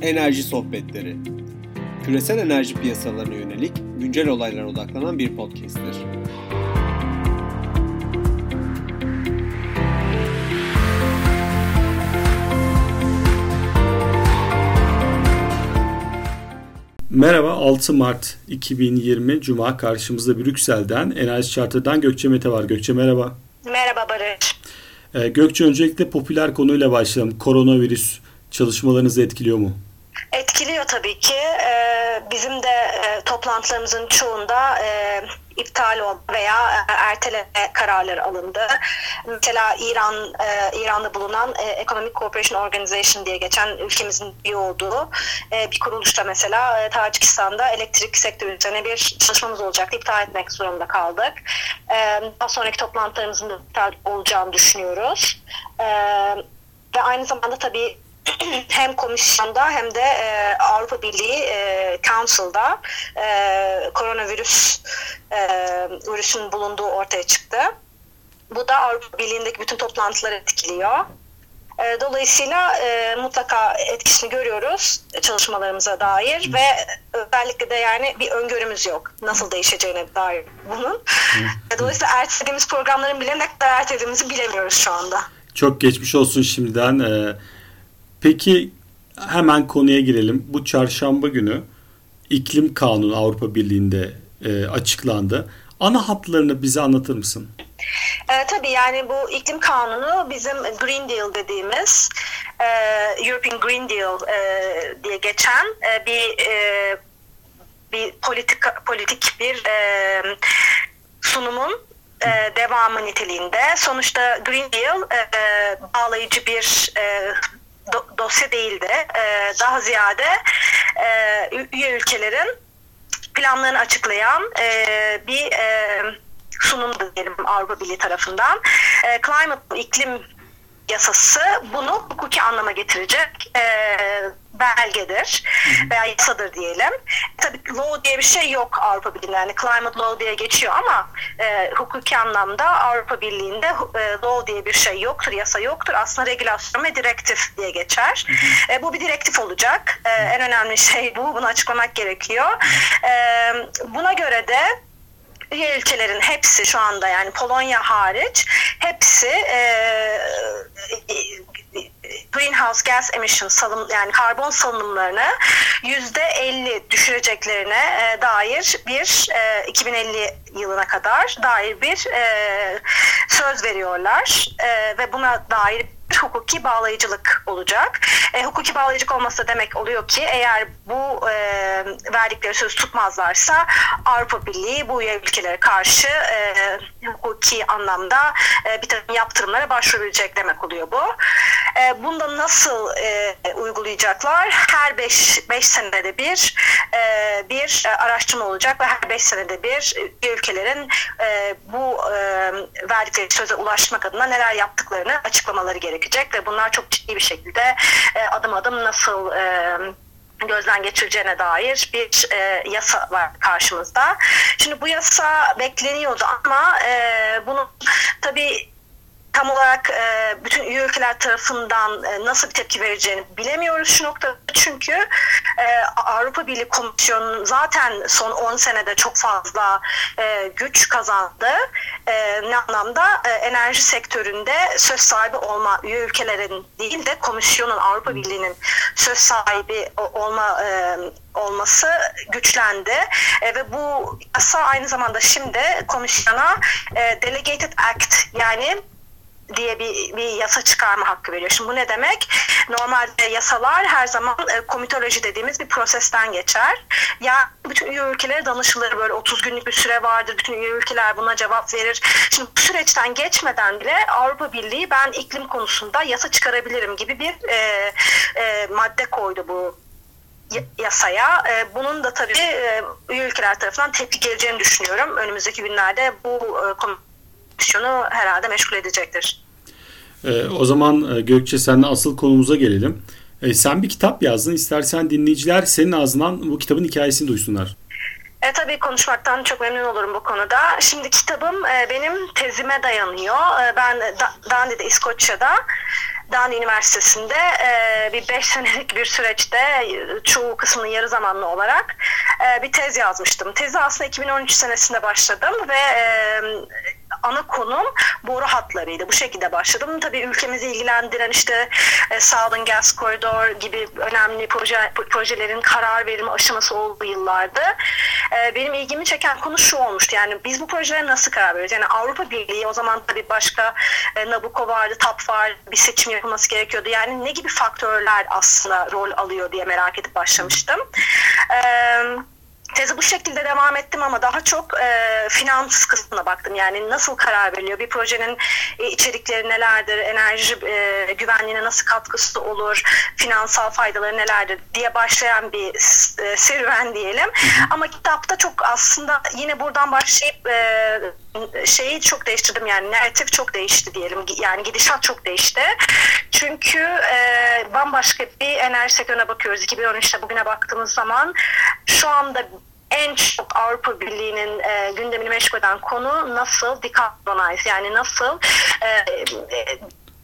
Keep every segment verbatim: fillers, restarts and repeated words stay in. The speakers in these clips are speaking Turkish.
Enerji Sohbetleri. Küresel enerji piyasalarına yönelik güncel olaylara odaklanan bir podcast'tir. Merhaba, altı Mart iki bin yirmi Cuma karşımızda Brüksel'den Enerji Charter'dan Gökçe Mete var. Gökçe merhaba. Merhaba Barış. Ee, Gökçe öncelikle popüler konuyla başlayalım. Koronavirüs çalışmalarınızı etkiliyor mu? Etkiliyor tabii ki. Ee, bizim de e, toplantılarımızın çoğunda e, iptal olma veya erteleme kararları alındı. Mesela İran, e, İran'da bulunan e, Economic Cooperation Organization diye geçen ülkemizin üye olduğu e, bir kuruluşta mesela e, Tacikistan'da elektrik sektörü üzerine bir çalışmamız olacaktı. İptal etmek zorunda kaldık. E, daha sonraki toplantılarımızın da iptal olacağını düşünüyoruz. E, ve aynı zamanda tabii hem komisyonda hem de e, Avrupa Birliği e, Council'da e, koronavirüs e, virüsün bulunduğu ortaya çıktı. Bu da Avrupa Birliği'ndeki bütün toplantıları etkiliyor. E, dolayısıyla e, mutlaka etkisini görüyoruz çalışmalarımıza dair ve özellikle de yani bir öngörümüz yok. Nasıl değişeceğine dair bunun. Dolayısıyla ertelediğimiz programların bile ne kadar ertelediğimizi bilemiyoruz şu anda. Çok geçmiş olsun şimdiden. Ee, Peki hemen konuya girelim. Bu çarşamba günü iklim kanunu Avrupa Birliği'nde e, açıklandı. Ana hatlarını bize anlatır mısın? E, tabii yani bu iklim kanunu bizim Green Deal dediğimiz e, European Green Deal e, diye geçen e, bir e, bir politik politik bir e, sunumun e, devamı niteliğinde. Sonuçta Green Deal e, bağlayıcı bir e, Do- dosya değildi. Ee, daha ziyade e, üye ülkelerin planlarını açıklayan e, bir e, sunumdu diyelim Avrupa Birliği tarafından. E, Climate iklim yasası bunu hukuki anlama getirecek e, belgedir veya yasadır diyelim. Tabii law diye bir şey yok Avrupa Birliği'nde. Yani climate law diye geçiyor ama e, hukuki anlamda Avrupa Birliği'nde e, law diye bir şey yoktur, yasa yoktur. Aslında regülasyon ve direktif diye geçer. E, bu bir direktif olacak. E, en önemli şey bu. Bunu açıklamak gerekiyor. E, buna göre de üye ülkelerin hepsi şu anda yani Polonya hariç hepsi e, e, greenhouse gas emission salım yani karbon salınımlarını yüzde elli düşüreceklerine e, dair bir e, iki bin elli yılına kadar dair bir e, söz veriyorlar e, ve buna dair hukuki bağlayıcılık olacak. E, hukuki bağlayıcılık olması da demek oluyor ki eğer bu e, verdikleri sözü tutmazlarsa Avrupa Birliği bu üye ülkelere karşı e, hukuki anlamda e, bir takım yaptırımlara başvurabilecek demek oluyor bu. E, bunda nasıl e, uygulayacaklar? Her beş beş senede bir e, bir e, araştırma olacak ve her beş senede bir üye ülkelerin e, bu e, verdikleri söze ulaşmak adına neler yaptıklarını açıklamaları gerekiyor. Gerekecek ve bunlar çok ciddi bir şekilde e, adım adım nasıl e, gözden geçireceğine dair bir e, yasa var karşımızda. Şimdi bu yasa bekleniyordu ama e, bunun tabii tam olarak e, bütün üye ülkeler tarafından e, nasıl bir tepki vereceğini bilemiyoruz şu noktada. Çünkü e, Avrupa Birliği Komisyonu zaten son on senede çok fazla e, güç kazandı. E, ne anlamda? E, enerji sektöründe söz sahibi olma üye ülkelerin değil de Komisyonun, Avrupa Birliği'nin söz sahibi olma e, olması güçlendi. E, ve bu yasa aynı zamanda şimdi Komisyona e, Delegated Act yani diye bir, bir yasa çıkarma hakkı veriyor. Şimdi bu ne demek? Normalde yasalar her zaman e, komitoloji dediğimiz bir prosesten geçer. Yani bütün üye ülkelere danışılır. Böyle otuz günlük bir süre vardır. Bütün üye ülkeler buna cevap verir. Şimdi bu süreçten geçmeden bile Avrupa Birliği ben iklim konusunda yasa çıkarabilirim gibi bir e, e, madde koydu bu yasaya. E, bunun da tabii e, üye ülkeler tarafından tepki geleceğini düşünüyorum. Önümüzdeki günlerde bu e, komisyonu herhalde meşgul edecektir. Ee, o zaman e, Gökçe senle asıl konumuza gelelim. E, sen bir kitap yazdın. İstersen dinleyiciler senin ağzından bu kitabın hikayesini duysunlar. E, tabii konuşmaktan çok memnun olurum bu konuda. Şimdi kitabım e, benim tezime dayanıyor. E, ben D- Dundee'de, İskoçya'da Dan Üniversitesi'nde e, bir beş senelik bir süreçte çoğu kısmını yarı zamanlı olarak e, bir tez yazmıştım. Tezi aslında iki bin on üç senesinde başladım ve e, ana konum boru hatlarıydı. Bu şekilde başladım. Tabii ülkemizi ilgilendiren işte e, Southern Gas Corridor gibi önemli proje, projelerin karar verimi aşaması olduğu yıllardı. E, benim ilgimi çeken konu şu olmuştu. Yani biz bu projelere nasıl karar veriyoruz? Yani Avrupa Birliği, o zaman tabii başka e, Nabucco vardı, T A P var, bir seçim yapılması gerekiyordu. Yani ne gibi faktörler aslında rol alıyor diye merak edip başlamıştım. Evet. Tezi bu şekilde devam ettim ama daha çok e, finans kısmına baktım. Yani nasıl karar veriliyor? Bir projenin e, içerikleri nelerdir? Enerji e, güvenliğine nasıl katkısı olur? Finansal faydaları nelerdir diye başlayan bir e, serüven diyelim. Hı hı. Ama kitapta çok aslında yine buradan başlayıp e, şeyi çok değiştirdim. Yani narratif çok değişti diyelim. Yani gidişat çok değişti. Çünkü e, bambaşka bir enerji sektörüne bakıyoruz. iki bin on üçte bugüne baktığımız zaman şu anda en çok Avrupa Birliği'nin e, gündemini meşgul eden konu nasıl decarbonize, yani nasıl e, e,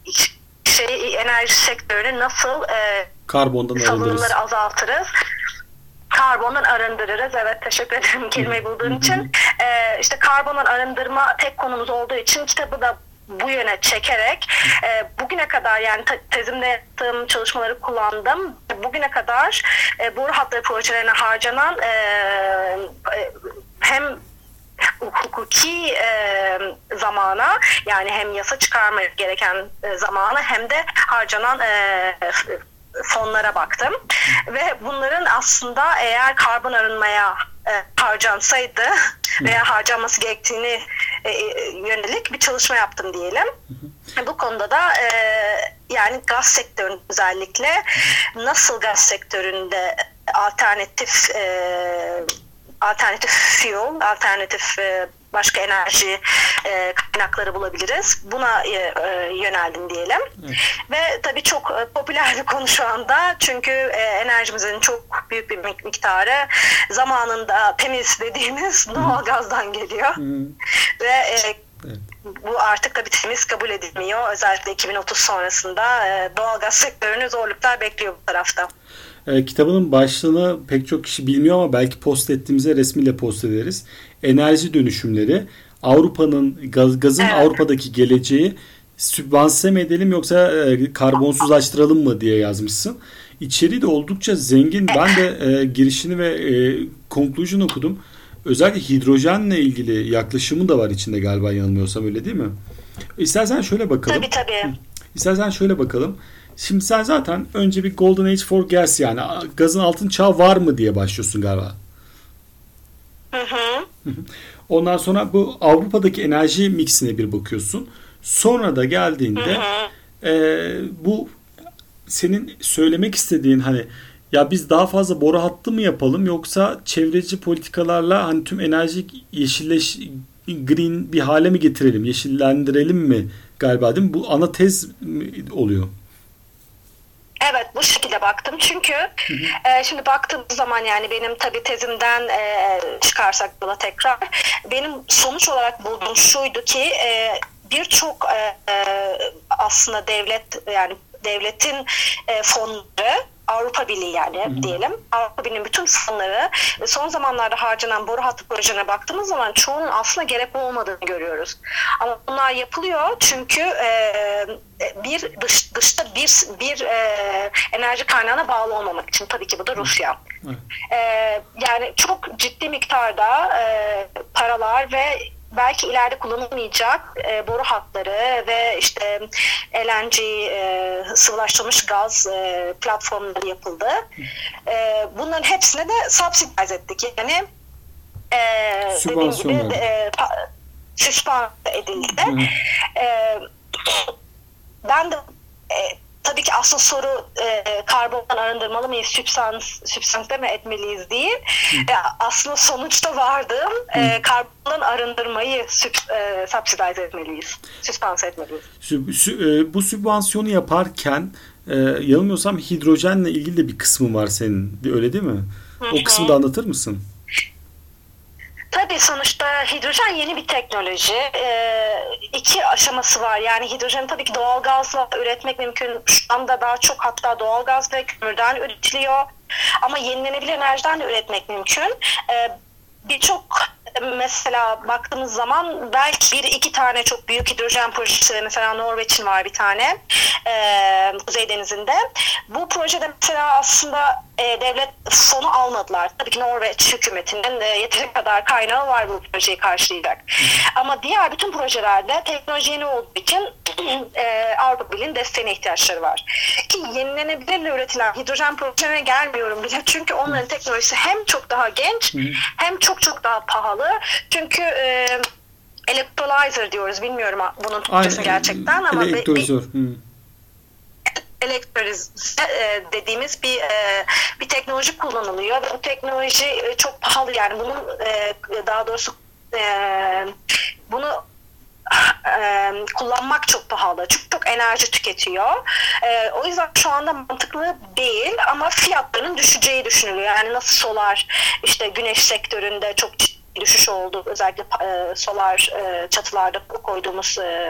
şey enerji sektörünü nasıl e, karbondan salınımları azaltırız. Karbondan arındırırız. Evet, teşekkür ederim kelimeyi bulduğun için. E, işte karbondan arındırma tek konumuz olduğu için kitabı da bu yöne çekerek e, bugüne kadar, yani tezimde yaptığım çalışmaları kullandım. Bugüne kadar e, boru hatları projelerine harcanan e, e, hem hukuki e, zamana, yani hem yasa çıkarma gereken e, zamana hem de harcanan e, fonlara baktım. Ve bunların aslında eğer karbon arınmaya e, harcansaydı veya harcanması gerektiğini e, yönelik bir çalışma yaptım diyelim. Hı hı. Bu konuda da e, yani gaz sektörünün özellikle nasıl gaz sektöründe alternatif e, alternatif fuel, alternatif e, başka enerji e, kaynakları bulabiliriz. Buna e, e, yöneldim diyelim. Evet. Ve tabii çok e, popüler bir konu şu anda. Çünkü e, enerjimizin çok büyük bir miktarı zamanında temiz dediğimiz doğal gazdan geliyor. Hmm. Ve e, evet. Bu artık tabii temiz kabul edilmiyor. Özellikle iki bin otuz sonrasında e, doğal gaz sektörünü zorluklar bekliyor bu tarafta. E, kitabının başlığını pek çok kişi bilmiyor ama belki post ettiğimizde resmiyle post ederiz. Enerji dönüşümleri, Avrupa'nın gaz, gazın evet. Avrupa'daki geleceği sübvanse mi edelim yoksa e, karbonsuzlaştıralım mı diye yazmışsın. İçeriği de oldukça zengin. Ben de e, girişini ve e, conclusion okudum. Özellikle hidrojenle ilgili yaklaşımı da var içinde galiba, yanılmıyorsam, öyle değil mi? İstersen şöyle bakalım. Tabii tabii. İstersen şöyle bakalım. Şimdi sen zaten önce bir Golden Age for Gas, yani gazın altın çağı var mı diye başlıyorsun galiba. Hı hı. Ondan sonra bu Avrupa'daki enerji mixine bir bakıyorsun. Sonra da geldiğinde hı hı. E, bu senin söylemek istediğin, hani ya biz daha fazla boru hattı mı yapalım yoksa çevreci politikalarla hani tüm enerji yeşilleş green bir hale mi getirelim, yeşillendirelim mi galiba, değil mi? Bu ana tez oluyor. Evet, bu şekilde baktım. Çünkü hı hı. E, şimdi baktığımız zaman, yani benim tabii tezimden e, çıkarsak yola tekrar, benim sonuç olarak bulduğum şuydu ki e, birçok e, aslında devlet, yani devletin e, fonları, Avrupa Birliği yani hı hı. diyelim. Avrupa Birliği'nin bütün fonları son zamanlarda harcanan boru hattı projelerine baktığımız zaman çoğunun aslında gerekli olmadığını görüyoruz. Ama bunlar yapılıyor çünkü e, bir dış, dışta bir bir e, enerji kaynağına bağlı olmamak için. Tabii ki bu da Rusya. Hı hı. E, yani çok ciddi miktarda e, paralar ve belki ileride kullanılmayacak e, boru hatları ve işte L N G, e, sıvılaştırılmış gaz e, platformları yapıldı. E, bunların hepsine de subsidize ettik. Yani e, dediğim gibi e, pa, süspan edildi. E, ben de e, tabii ki asıl soru e, karbondan arındırmalı mıyız, sübstans, sübstanse mi etmeliyiz değil. E, aslında sonuçta vardığım e, karbondan arındırmayı süb, e, subsidize etmeliyiz, sübstanse etmeliyiz. Sü, sü, e, bu sübvansiyonu yaparken e, yanılmıyorsam hidrojenle ilgili de bir kısmı var senin, öyle değil mi? Hı-hı. O kısmı da anlatır mısın? Tabii sonuçta hidrojen yeni bir teknoloji. Ee, iki aşaması var. Yani hidrojen tabii ki doğalgazla üretmek mümkün. Şu anda daha çok hatta doğalgaz ve kömürden üretiliyor. Ama yenilenebilir enerjiden de üretmek mümkün. Ee, Birçok mesela baktığımız zaman belki bir iki tane çok büyük hidrojen projesi, mesela Norveç'in var bir tane e, Kuzey Denizi'nde. Bu projede mesela aslında e, devlet fonu almadılar. Tabii ki Norveç hükümetinin e, yeteri kadar kaynağı var bu projeyi karşılayacak. Ama diğer bütün projelerde teknoloji yeni olduğu için e, Avrupa Birliği'nin desteğine ihtiyaçları var. Ki yenilenebilirle üretilen hidrojen projelerine gelmiyorum bile. Çünkü onların teknolojisi hem çok daha genç hem çok çok daha pahalı. Çünkü e, electrolyzer diyoruz. Bilmiyorum bunun Türkçesi gerçekten ama elektrolizör. elektroliz dediğimiz bir e, bir teknoloji kullanılıyor ve bu teknoloji e, çok pahalı. Yani bunun e, daha doğrusu e, bunu e, kullanmak çok pahalı. Çünkü çok enerji tüketiyor. E, o yüzden şu anda mantıklı değil ama fiyatlarının düşeceği düşünülüyor. Yani nasıl solar, işte güneş sektöründe çok ciddi düşüş oldu. Özellikle e, solar e, çatılarda koyduğumuz e,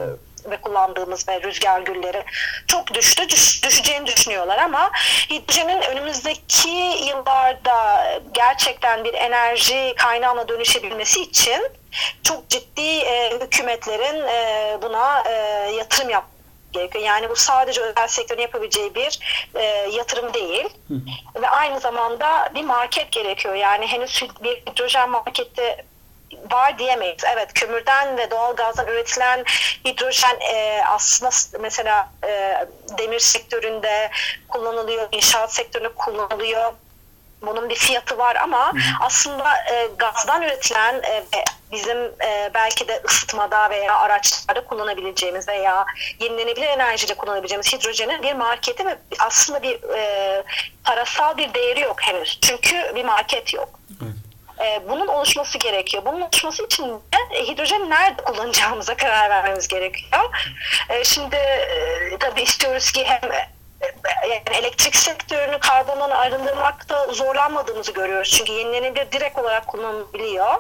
ve kullandığımız ve rüzgar gülleri çok düştü. Düş, düşeceğini düşünüyorlar ama hidrojenin önümüzdeki yıllarda gerçekten bir enerji kaynağına dönüşebilmesi için çok ciddi e, hükümetlerin e, buna e, yatırım yapması gerekiyor. Yani bu sadece özel sektörün yapabileceği bir e, yatırım değil. Hı hı. Ve aynı zamanda bir market gerekiyor. Yani henüz bir hidrojen marketi var diyemeyiz. Evet, kömürden ve doğalgazdan üretilen hidrojen e, aslında mesela e, demir sektöründe kullanılıyor, inşaat sektöründe kullanılıyor. Bunun bir fiyatı var ama hmm. aslında e, gazdan üretilen e, ve bizim e, belki de ısıtmada veya araçlarda kullanabileceğimiz veya yenilenebilir enerjide kullanabileceğimiz hidrojenin bir marketi ve aslında bir e, parasal bir değeri yok henüz. Çünkü bir market yok. Hmm. Bunun oluşması gerekiyor. Bunun oluşması için de hidrojen nerede kullanacağımıza karar vermemiz gerekiyor. Şimdi tabii istiyoruz ki hem yani elektrik sektörünü karbondan arındırmakta zorlanmadığımızı görüyoruz. Çünkü yenilenebilir direkt olarak kullanılabiliyor.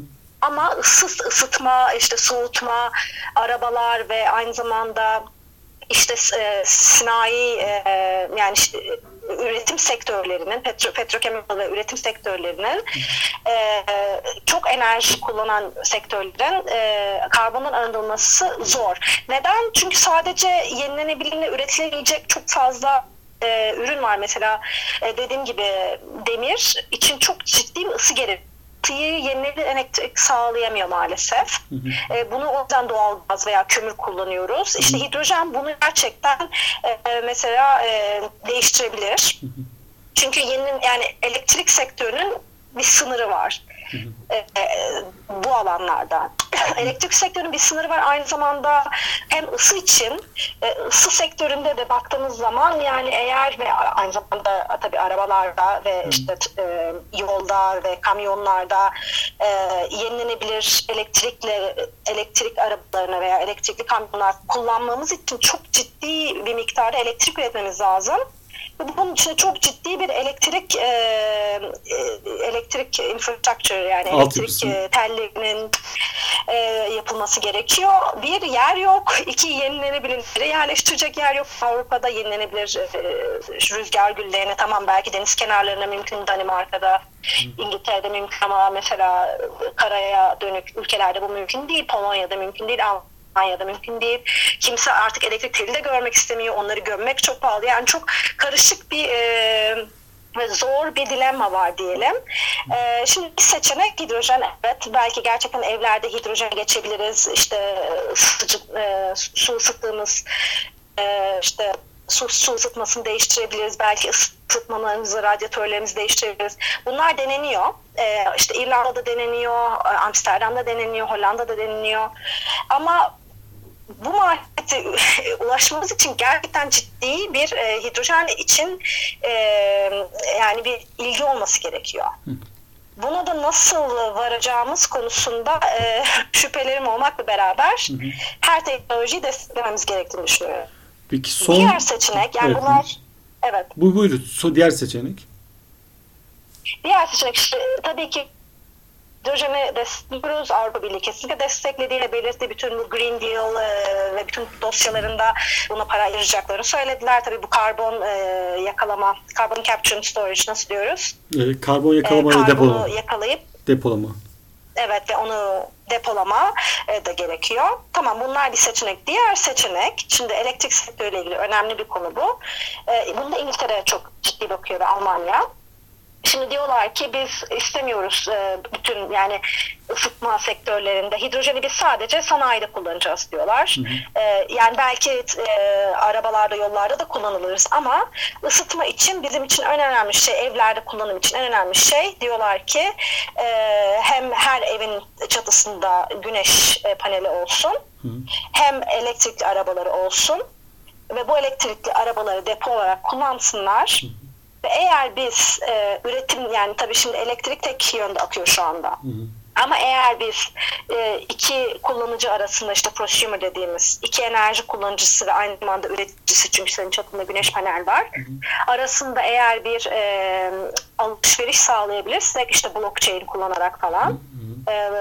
Ama ısı, ısıtma, işte soğutma, arabalar ve aynı zamanda işte e, sinayi e, yani işte, üretim sektörlerinin, petro, petrokimya ve üretim sektörlerinin e, çok enerji kullanan sektörlerin e, karbondan arındırılması zor. Neden? Çünkü sadece yenilenebilirle üretilebilecek çok fazla e, ürün var. Mesela e, dediğim gibi demir için çok ciddi bir ısı gerekiyor. Yenilenebilir elektrik sağlayamıyor maalesef. Hı hı. E, bunu o yüzden doğalgaz veya kömür kullanıyoruz. İşte hı hı. hidrojen bunu gerçekten e, mesela e, değiştirebilir. Hı hı. Çünkü yeni yani elektrik sektörünün bir sınırı var. Hı hı. E, e, bu alanlarda. Elektrik sektörünün bir sınırı var. Aynı zamanda hem ısı için e, ısı sektöründe de baktığımız zaman yani eğer ve aynı zamanda tabii arabalarda ve işte e, yolda ve kamyonlarda e, yenilenebilir elektrikle elektrik arabalarına veya elektrikli kamyonlar kullanmamız için çok ciddi bir miktarda elektrik üretmemiz lazım. Bunun için çok ciddi bir elektrik e, elektrik infrastructure yani elektrik e, tellerinin e, yapılması gerekiyor. Bir yer yok, iki yenilenebilir yerleştirecek yer yok. Avrupa'da yenilenebilir e, rüzgar güllerine tamam belki deniz kenarlarına mümkün, Danimarka'da, İngiltere'de mümkün ama mesela karaya dönük ülkelerde bu mümkün değil. Polonya'da mümkün değil. Almanya'da mümkün değil. Kimse artık elektrik teli de görmek istemiyor. Onları gömmek çok pahalı. Yani çok karışık bir e, ve zor bir dilemma var diyelim. E, şimdi bir seçenek hidrojen. Evet, belki gerçekten evlerde hidrojen geçebiliriz. İşte ısıtıcı, e, su ısıttığımız e, işte su, su ısıtmasını değiştirebiliriz. Belki ısıtmalarımızı, radyatörlerimizi değiştirebiliriz. Bunlar deneniyor. Ee, işte İrlanda'da deneniyor, Amsterdam'da deneniyor, Hollanda'da deneniyor. Ama bu markete ulaşmamız için gerçekten ciddi bir e, hidrojen için e, yani bir ilgi olması gerekiyor. Buna da nasıl varacağımız konusunda e, şüphelerim olmakla beraber hı hı. her teknolojiyi desteklememiz gerektiğini düşünüyorum. Peki son... Diğer seçenek yani evet. bunlar evet. Bu buyurun. So, diğer seçenek. Diğer seçenek işte, tabii ki hidrojeni destekliyoruz. Avrupa Birliği kesinlikle desteklediğini belirtti. Bütün bu Green Deal e, ve bütün dosyalarında buna para ayıracaklarını söylediler. Tabii bu karbon e, yakalama, carbon capture and storage nasıl diyoruz? E, karbon yakalama e, ve depolama. Karbonu yakalayıp Depolama. evet ve onu depolama e, da gerekiyor. Tamam, bunlar bir seçenek. Diğer seçenek, şimdi elektrik sektörüyle ilgili önemli bir konu bu. E, bunda İngiltere çok ciddi bakıyor ve Almanya. Şimdi diyorlar ki biz istemiyoruz e, bütün yani ısıtma sektörlerinde hidrojeni biz sadece sanayide kullanacağız diyorlar. Hı hı. E, yani belki e, arabalarda, yollarda da kullanılırız ama ısıtma için bizim için en önemli şey, evlerde kullanım için en önemli şey diyorlar ki e, hem her evin çatısında güneş e, paneli olsun, hı hı. hem elektrikli arabaları olsun ve bu elektrikli arabaları depo olarak kullansınlar. Hı hı. Ve eğer biz e, üretim, yani tabii şimdi elektrik tek yönde akıyor şu anda. Hı hı. Ama eğer biz e, iki kullanıcı arasında, işte prosumer dediğimiz iki enerji kullanıcısı ve aynı zamanda üreticisi, çünkü senin çatında güneş panel var, hı hı. arasında eğer bir e, alışveriş sağlayabilirsek, işte blockchain kullanarak falan, hı hı. E,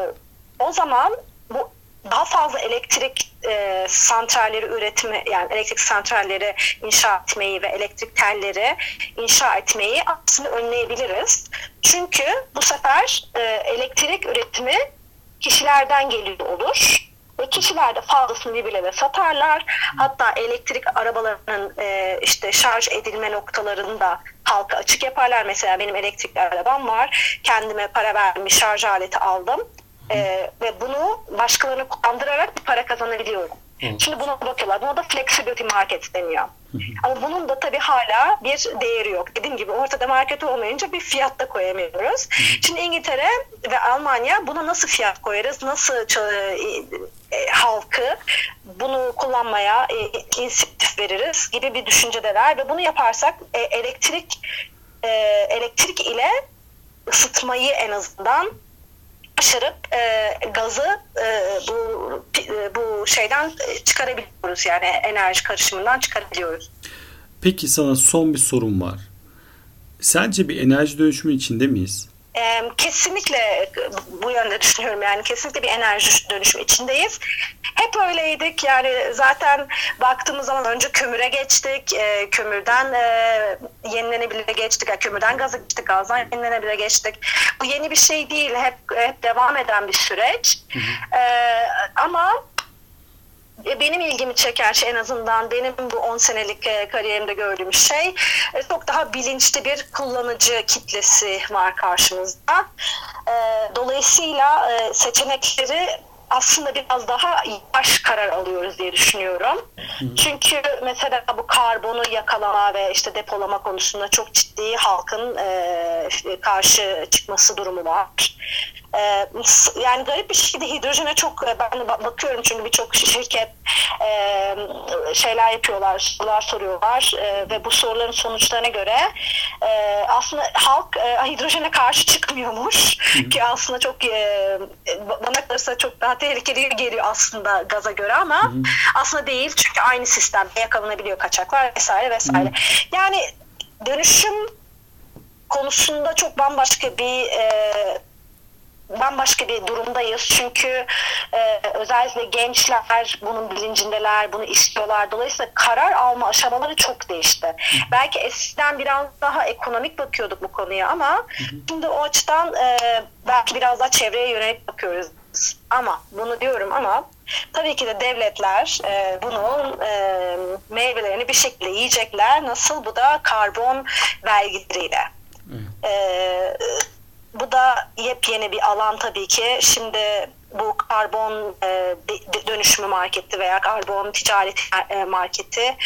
o zaman bu daha fazla elektrik e, santralleri üretimi, yani elektrik santralleri inşa etmeyi ve elektrik telleri inşa etmeyi aslında önleyebiliriz. Çünkü bu sefer e, elektrik üretimi kişilerden geliyor olur ve kişiler de fazlasını birbirlerine satarlar. Hatta elektrik arabalarının e, işte şarj edilme noktalarını da halka açık yaparlar. Mesela benim elektrikli arabam var. Kendime para vermiş şarj aleti aldım. Ee, ve bunu başkalarına kullandırarak bir para kazanabiliyorum. Hı. Şimdi buna bakıyorlar. Buna da flexibility market deniyor. Hı hı. Ama bunun da tabii hala bir değeri yok. Dediğim gibi ortada market olmayınca bir fiyat da koyamıyoruz. Hı hı. Şimdi İngiltere ve Almanya buna nasıl fiyat koyarız? Nasıl e, e, halkı bunu kullanmaya e, inisiyatif veririz gibi bir düşüncedeler ve bunu yaparsak e, elektrik e, elektrik ile ısıtmayı en azından başarıp e, gazı e, bu e, bu şeyden çıkarabiliyoruz, yani enerji karışımından çıkarabiliyoruz. Peki sana son bir sorum var. Sence bir enerji dönüşümü içinde miyiz? E, kesinlikle bu yönde düşünüyorum, yani kesinlikle bir enerji dönüşümü içindeyiz. Hep öyleydik, yani zaten baktığımız zaman önce kömüre geçtik, e, kömürden e, yenilenebilire geçtik, yani kömürden gaza geçtik, gazdan yenilenebilire geçtik. Bu yeni bir şey değil, hep hep devam eden bir süreç. Hı hı. E, ama benim ilgimi çeken şey, en azından benim bu on senelik kariyerimde gördüğüm şey, çok daha bilinçli bir kullanıcı kitlesi var karşımızda. Dolayısıyla seçenekleri aslında biraz daha yavaş karar alıyoruz diye düşünüyorum. Hı. Çünkü mesela bu karbonu yakalama ve işte depolama konusunda çok ciddi halkın e, karşı çıkması durumu var. E, yani garip bir şekilde hidrojene çok, ben bakıyorum çünkü birçok şirket e, şeyler yapıyorlar, sorular soruyorlar e, ve bu soruların sonuçlarına göre e, aslında halk e, hidrojene karşı çıkmıyormuş. Hı. Ki aslında çok e, bana kalırsa çok daha tehlikeli geliyor aslında gaza göre, ama hı hı. aslında değil, çünkü aynı sistemde yakalanabiliyor kaçaklar vesaire vesaire. Hı. Yani dönüşüm konusunda çok bambaşka bir e, bambaşka bir durumdayız, çünkü e, özellikle gençler bunun bilincindeler, bunu istiyorlar. Dolayısıyla karar alma aşamaları çok değişti. Hı. Belki eskiden biraz daha ekonomik bakıyorduk bu konuya, ama hı hı. şimdi o açıdan e, belki biraz daha çevreye yönelik bakıyoruz. Ama bunu diyorum, ama tabii ki de devletler e, bunun e, meyvelerini bir şekilde yiyecekler. Nasıl? Bu da karbon vergileriyle. Hı. E, bu da yepyeni bir alan tabii ki. Şimdi bu karbon e, dönüşümü marketi veya karbon ticaret e, marketi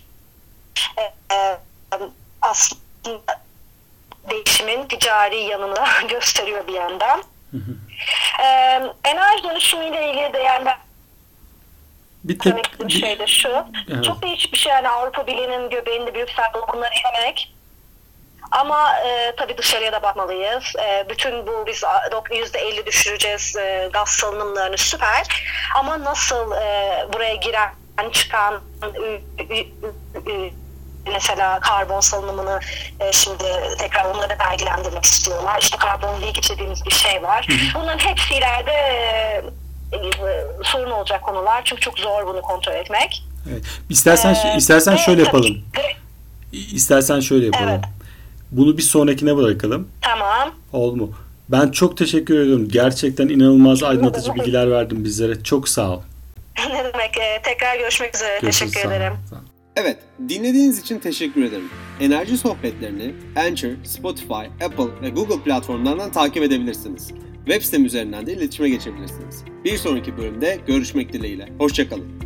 e, e, aslında değişimin ticari yanını gösteriyor bir yandan. Hı hı. Ee, enerji dönüşümüyle ilgili de yani ben bir tek bir şey de şu, evet. Çok değişik bir şey, yani Avrupa Birliği'nin göbeğinde Brüksel dokunları yemek. Ama e, tabii dışarıya da bakmalıyız. E, bütün bu biz yüzde elli düşüreceğiz e, gaz salınımlarını, süper. Ama nasıl e, buraya giren çıkan mesela karbon salınımını e, şimdi tekrar onları belgelendirmek istiyorlar. İşte karbon leakage dediğimiz bir şey var. Bunların hepsi ileride e, e, sorun olacak konular. Çünkü çok zor bunu kontrol etmek. Evet. İstersen Ee, istersen ve şöyle tabii yapalım. ki- İstersen şöyle yapalım. Evet. Bunu bir sonrakine bırakalım. Tamam. Oldu mu? Ben çok teşekkür ediyorum. Gerçekten inanılmaz aydınlatıcı bilgiler verdin bizlere. Çok sağ ol. Ne demek? E, tekrar görüşmek üzere. Görüşürüz. Teşekkür Sağ ol. ederim. Sağ ol. Evet, dinlediğiniz için teşekkür ederim. Enerji sohbetlerini Anchor, Spotify, Apple ve Google platformlarından takip edebilirsiniz. Web sitem üzerinden de iletişime geçebilirsiniz. Bir sonraki bölümde görüşmek dileğiyle. Hoşça kalın.